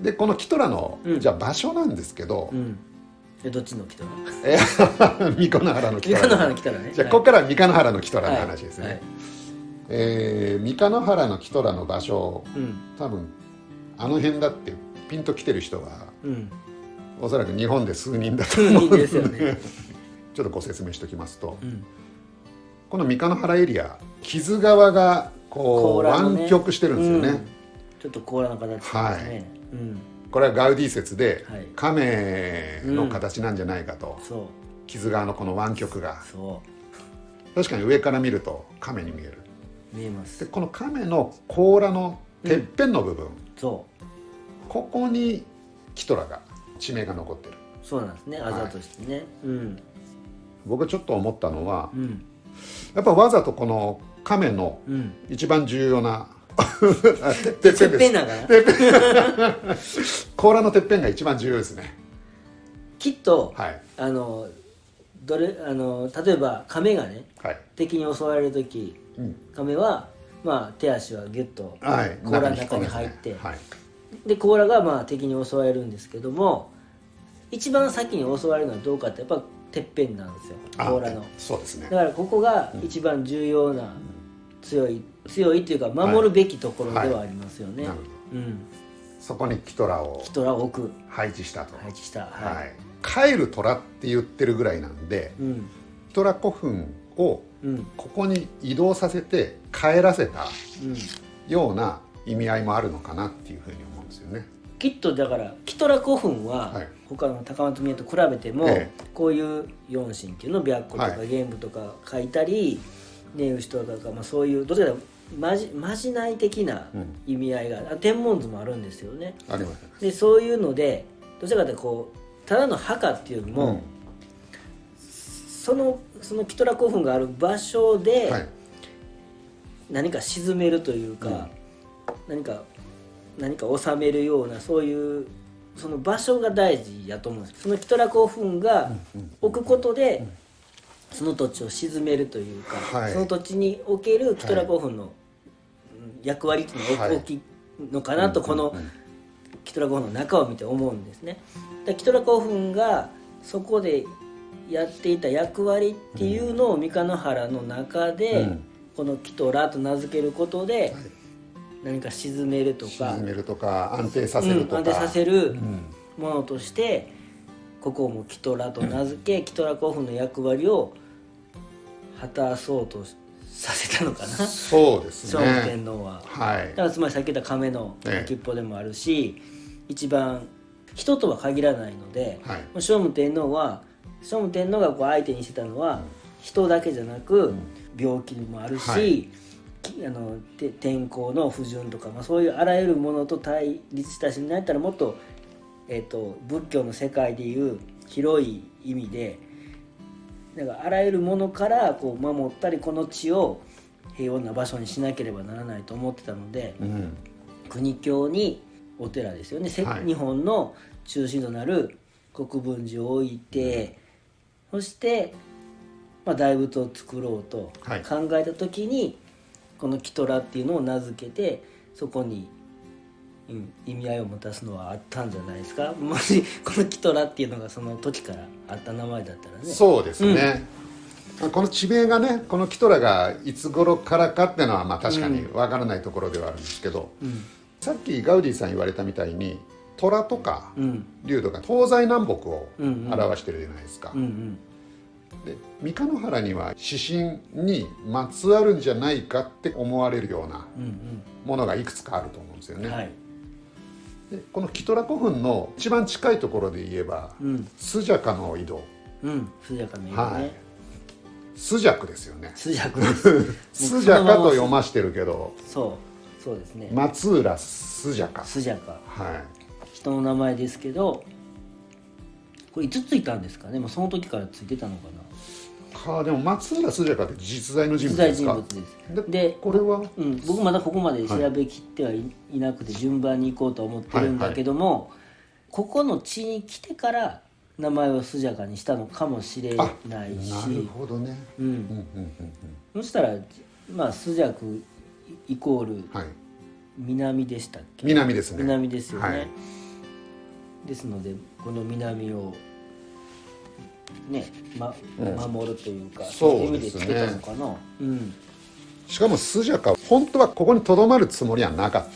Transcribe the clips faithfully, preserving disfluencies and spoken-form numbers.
でこのキトラの、うん、じゃあ場所なんですけど、 うん、えどっちのキトラ？ え三日野原のキトラ。 三日野原のキトラね。 じゃあここから三日野原のキトラの話ですね。 はいはい、 えー、三日野原のキトラの場所、うん、多分あの辺だってピンと来てる人は、うん、おそらく日本で数人だと思うんですよね。ちょっとご説明しておきますと、うん、この三日野原エリア、木津川がこう、ね、湾曲してるんですよね、うん、 ちょっと甲羅の形ですね、はいうん、 これはガウディ説で、はい、亀の形なんじゃないかと、うん、木津川のこの湾曲がそう確かに上から見ると亀に見える見えます。 でこの亀の甲羅のてっぺんの部分、うん、 そうここにキトラが地名が残ってる。 そうなんですね、あざとしてね、はいうん、 僕ちょっと思ったのは、うん、やっぱわざとこの亀の一番重要な、うん、てっぺんです。てっぺんだから甲羅のてっぺんが一番重要ですね。 きっと、はい、あのどれあの例えば亀がね、はい、敵に襲われる時、うん、亀は、まあ、手足はギュッと甲羅の中に入って、はい、で甲羅がまあ敵に襲われるんですけども、一番先に襲われるのはどうかってやっぱてっぺんなんですよ、甲羅の。 そうですね。 だからここが一番重要な、うん、強い強いっていうか守るべきところではありますよね、はいはいうん、 そこにキトラをキトラを置く配置したと配置した、はいはい、帰る虎って言ってるぐらいなんで、うん、キトラ古墳をここに移動させて帰らせたような意味合いもあるのかなっていうふうに思うんですよね。 きっとだからキトラ古墳は、はい、他の高松宮と比べても、ええ、こういう四神っていうの白虎とか玄武とか書いたり、ね牛とか、まあ、そういうどちらかというとまじまじない的な意味合いが、うん、天文図もあるんですよね。 あります。 でそういうのでどちらかというとこうただの墓っていうよりも、うん、そのそのキトラ古墳がある場所で、はい、何か沈めるというか、うん、何か何か収めるようなそういうその場所が大事やと思うんです。そのキトラ古墳が置くことで、うんうん、その土地を沈めるというか、はい、その土地におけるキトラ古墳の役割っていうのが大きいのかなと、このキトラ古墳の中を見て思うんですね。だキトラ古墳がそこでやっていた役割っていうのを三日野原の中で、うん、このキトラと名付けることで、はい何か沈めるとか沈めるとか安定させるとか、 うん、安定させるものとして、うん、ここもキトラと名付け、うん、キトラ古墳の役割を果たそうとさせたのかな。 そうですね。 聖武天皇は、はい、だからつまりさっき言った亀の先っぽでもあるし、ええ、一番人とは限らないので、はい、聖武天皇は聖武天皇がこう相手にしてたのは、うん、人だけじゃなく、うん、病気もあるし、はいあの天候の不順とか、まあ、そういうあらゆるものと対立したし、なんやったらもっと、えーと、仏教の世界でいう広い意味でなんかあらゆるものからこう守ったりこの地を平穏な場所にしなければならないと思ってたので、うん、国境にお寺ですよね、はい、日本の中心となる国分寺を置いて、うん、そして、まあ、大仏を作ろうと考えた時に、はいこのキトラっていうのを名付けてそこに、うん、意味合いを持たすのはあったんじゃないですか。もしこのキトラっていうのがその時からあった名前だったらね。 そうですね、うん、この地名がねこのキトラがいつ頃からかっていうのはまあ確かにわからないところではあるんですけど、うん、さっきガウディさん言われたみたいに虎とか竜とか東西南北を表してるじゃないですか、うんうんうんうんで三日野原には指針にまつわるんじゃないかって思われるようなものがいくつかあると思うんですよね、うんうんはい、でこのキトラ古墳の一番近いところで言えば、うん、スジャカの井戸、 うん、スジャカの井戸ね、はい、 スジャクですよね。 スジャクですスジャカと読ましてるけどそうそうですね松浦スジャカスジャカ、 はい、 人の名前ですけどこれいつついたんですかね。もうその時からついてたのかな。 はあ、でも松浦スジャカって実在の人物ですか。 実在人物です。でこれは、うん、僕まだここまで調べきってはい、はい、いなくて順番に行こうと思ってるんだけども、はいはい、ここの地に来てから名前をスジャカにしたのかもしれないし。 なるほどね、うんうんうんうんうん、そしたら、まあ、スジャクイコール南でしたっけ。 南ですね。 南ですよね、はい、 ですのでこの南をね、ま、守るというか、うん、そういう意味でつけたのかな、うん、 しかもスジャカ本当はここにとどまるつもりはなかった、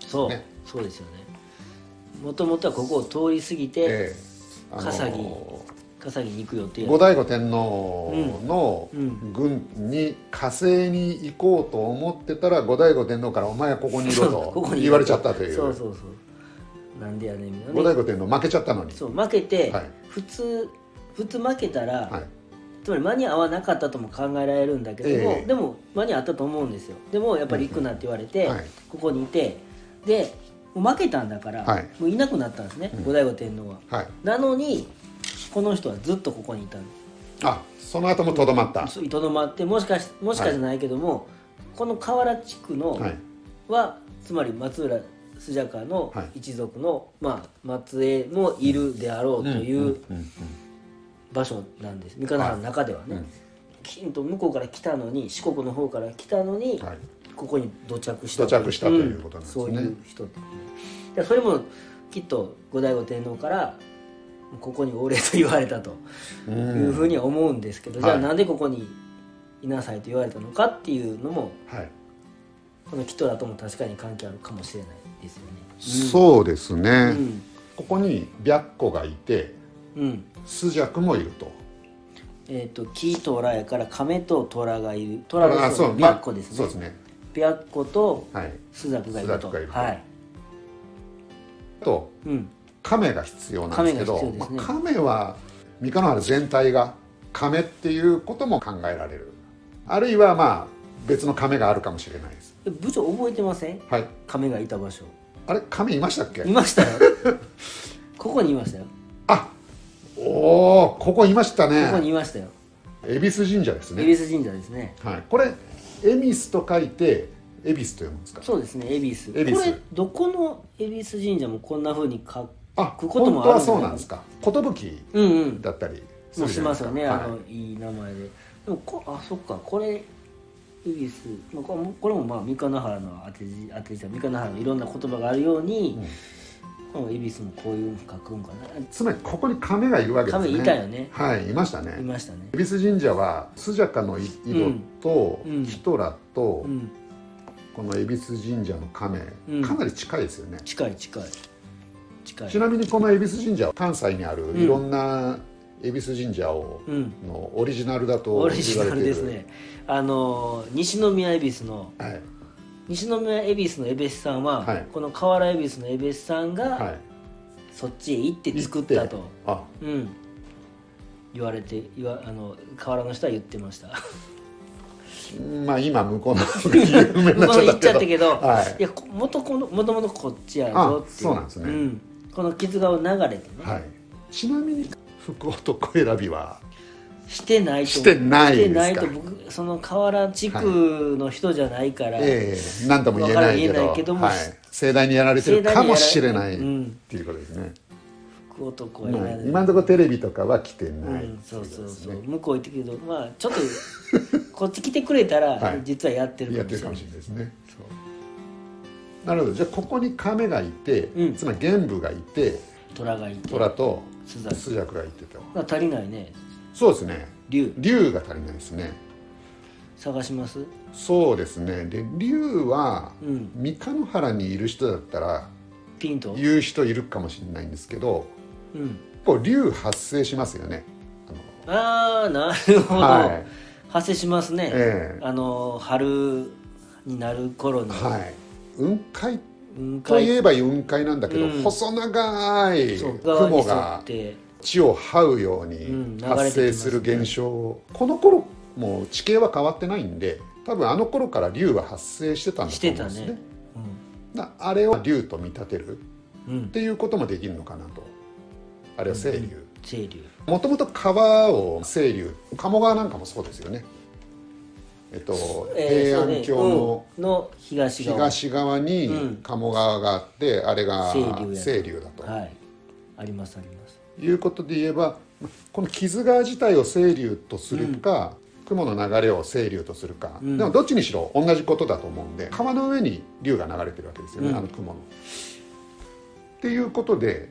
そう、ね、そうですよね。もともとはここを通り過ぎて、えーあのー、笠木笠木に行く予定や後醍醐天皇の軍に加勢に行こうと思ってたら後醍醐天皇からお前はここにいろと言われちゃったという。 そうそうそうなんでやねんみたいな、 後醍醐天皇負けちゃったのに、 そう負けて、はい、普通普通負けたら、はい、つまり間に合わなかったとも考えられるんだけども、えー、でも間に合ったと思うんですよ。でもやっぱり行くなって言われて、うんはい、ここにいてでもう負けたんだから、はい、もういなくなったんですね、うん、後醍醐天皇は、はい、なのにこの人はずっとここにいたんです。 あ、その後もとどまった。 とどまってもしかしもしかじゃないけども、はい、この河原地区のは、はい、つまり松浦スジャカの一族の、まあ、末裔もいるであろうという場所なんです。三金原の中ではね、はい、きちんと向こうから来たのに四国の方から来たのに、はい、ここに土着した土着したということなんですね、うん、そういう人でそれもきっと後醍醐天皇からここにおれと言われたというふうには思うんですけど、うん、じゃあなんでここにいなさいと言われたのかっていうのも、はい、このキトラとも確かに関係あるかもしれないですよね、 うん、そうですね、うん、ここに白虎がいて、うん、スジャクもいると、 えーとキトラやから亀と虎がいる、虎がそう白虎ですね、そうですね、白虎とスジャクがいると、はい、はい、 と、うん、亀が必要なんですけど、亀、ね、まあ、亀は三日野原全体が亀っていうことも考えられる。あるいはまあ別の亀があるかもしれないです。 部長覚えてません？はい。亀がいた場所。 あれ亀いましたっけ？ いましたよ。ここにいましたよ。 あ、おお、ここいましたね。 ここにいましたよ。 恵比寿神社ですね。 恵比寿神社ですね。 はい。これ恵比寿と書いて恵比寿と読むんですか？ そうですね、恵比寿。これどこの恵比寿神社もこんな風に書く。 あ、こともあるんですね。本当はそうなんですか。寿だったりするじゃないですか。しますよね、はい、あのいい名前で。でもこあ、そっか、これ恵比寿、まあ、これもまあ三日野原の当て字当て字三日野原のいろんな言葉があるように、うん、この恵比寿もこういう書くんかな。 つまりここに亀がいるわけですね。 亀いたよね。 はい、いましたね。 いましたね。 恵比寿神社はスジャカの井戸と、うん、キトラと、うん、この恵比寿神社の亀、うん、かなり近いですよね。 近い近い。 ちなみにこの恵比寿神社は関西にあるいろんな恵比寿神社を、うん、のオリジナルだと言われている。オリジナルですね。あの西宮恵比寿の、はい、西宮恵比寿の恵比寿さんは、はい、この河原恵比寿の恵比寿さんが、はい、そっちへ行って作ったと、あ、うん、言われて言わあの河原の人は言ってました。 まあ今向こうの有名になっちゃったけど、 行っちゃったけど、はい、いやもともともとこっちやぞっていう。 そうなんですね、うん、 この木津川を流れてね、 はい、ちなみに福男選びはしてないとしてないですか？してないと僕その河原地区の人じゃないから、はい、 えー、何とも言えないけど、言えないけども、はい、盛大にやられてるかもしれない、うん、っていうことですね。 福男はやられる、今のところテレビとかは来てない、うん、 そうそうそう、向こう行ってくるけど、まあちょっとこっち来てくれたら、はい、実はやってるかもしれない、やってるかもしれないですね。なるほど。じゃあここに亀がいて、うん、つまり玄武がいて、 虎がいて、 虎とスジャクがいてと。 足りないね。 そうですね。 竜。 竜が足りないですね。 探します？ そうですね。で竜は、うん、三日野原にいる人だったらピンと言う人いるかもしれないんですけど、うん、こう竜発生しますよね。 あのあー、なるほど、はい、発生しますね、えー、あの春になる頃に、 はい、雲海といえば雲海なんだけど、うん、細長い雲が地を這うように発生する現象、うんね、この頃もう地形は変わってないんで、多分あの頃から竜は発生してたんだと思うんですね。してたね、うん、だあれを竜と見立てるっていうこともできるのかなと。あれは清流、 清流、 もともと川を清流、鴨川なんかもそうですよね。えっと、平安京 の,、 うん、の東側、 東側に鴨川があって、うん、あれが清流だと、 はい、ありますあります。 いうことで言えば、この木津川自体を清流とするか、うん、雲の流れを清流とするか、うん、でもどっちにしろ同じことだと思うんで、川の上に龍が流れてるわけですよね、うん、あの雲の。っていうことで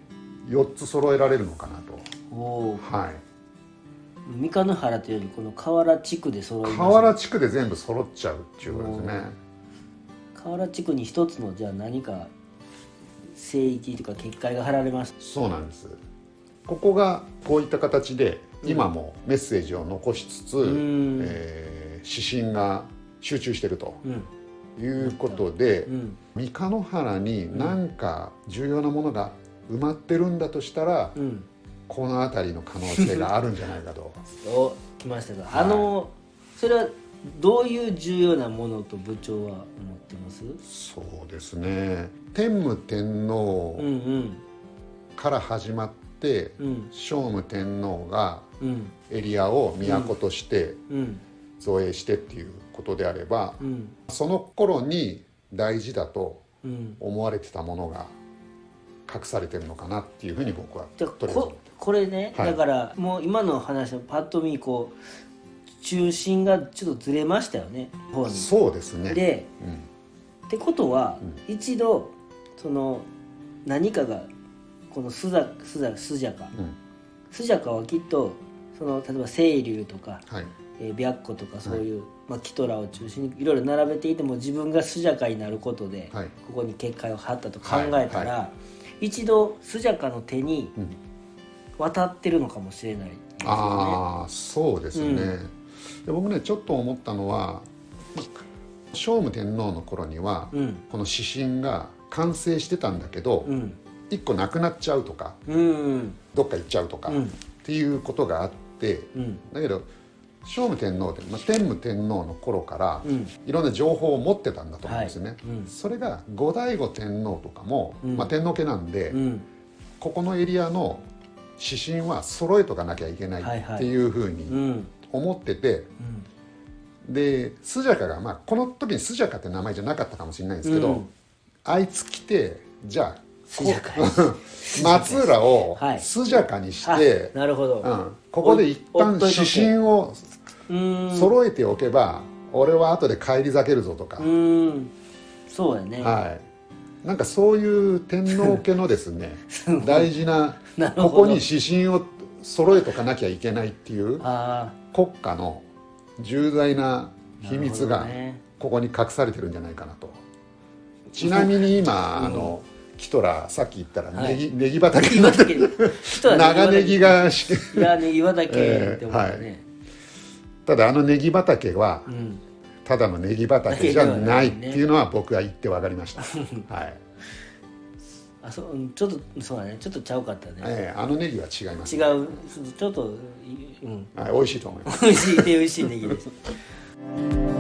よっつ揃えられるのかなと。 お、 はい、 三日野原というよりこの河原地区で揃います、ね、 河原地区で全部揃っちゃうっていうことですね。 河原地区に一つのじゃあ何か聖域というか結界が張られます。 そうなんです。ここがこういった形で今もメッセージを残しつつ、うん、えー、指針が集中していると、うん、いうことで、うん、三日野原に何か重要なものが埋まってるんだとしたら、うん、この辺りの可能性があるんじゃないかと。 お、来ましたか。あの、はい、それはどういう重要なものと部長は思ってます？ そうですね、天武天皇から始まって、うんうん、聖武天皇がエリアを都として造営してっていうことであれば、うん、その頃に大事だと思われてたものが隠されてるのかなっていうふうに僕はとりあえず思ってます。 これね、はい、だからもう今の話のパッと見こう中心がちょっとずれましたよね。方にそうですね。 で、うん、ってことは、うん、一度その何かがこのスザスザスジャカ、うん、スジャカはきっとその例えば清流とか、はい、えー、白虎とかそういう、はい、まあ、キトラを中心にいろいろ並べていても自分がスジャカになることで、はい、ここに結界を張ったと考えたら、はいはい、一度スジャカの手に渡ってるのかもしれないですよね。 ああ、そうですね、うん、で僕ねちょっと思ったのは、聖武天皇の頃には、うん、この指針が完成してたんだけど、うん、いっこなくなっちゃうとか、うん、どっか行っちゃうとか、うん、っていうことがあって、うん、だけど聖武天皇って、まあ、天武天皇の頃から、うん、いろんな情報を持ってたんだと思うんですよね、はい、うん、それが後醍醐天皇とかも、うん、まあ、天皇家なんで、うん、ここのエリアの指針は揃えとかなきゃいけないっていうふうに思ってて、はいはい、うん、でスジャカが、まあ、この時にスジャカって名前じゃなかったかもしれないんですけど、うん、あいつ来てじゃあ松浦をスジャカにして、はい、 なるほど、 うん、ここで一旦指針を揃えておけば俺は後で返り咲けるぞとか、 うーん、そうやね、 はい、なんかそういう天皇家のですね大事なここに指針を揃えとかなきゃいけないっていう国家の重大な秘密がここに隠されてるんじゃないかなと。ちなみに今、うん、あのキトラさっき言ったらネギ、はい、ネギ畑になってる長ネギがしいやネギ畑って思うね、えーはい、 ただあのネギ畑は、うん、ただのネギ畑じゃないっていうのは僕は言って分かりました、はい、 あ、そちょっとそうだね、ちょっとちゃうかったね、 えー、あのネギは違います、 ね、違う、ちょっと、うん、 はい、美味しいと思います美味しい美味しいネギです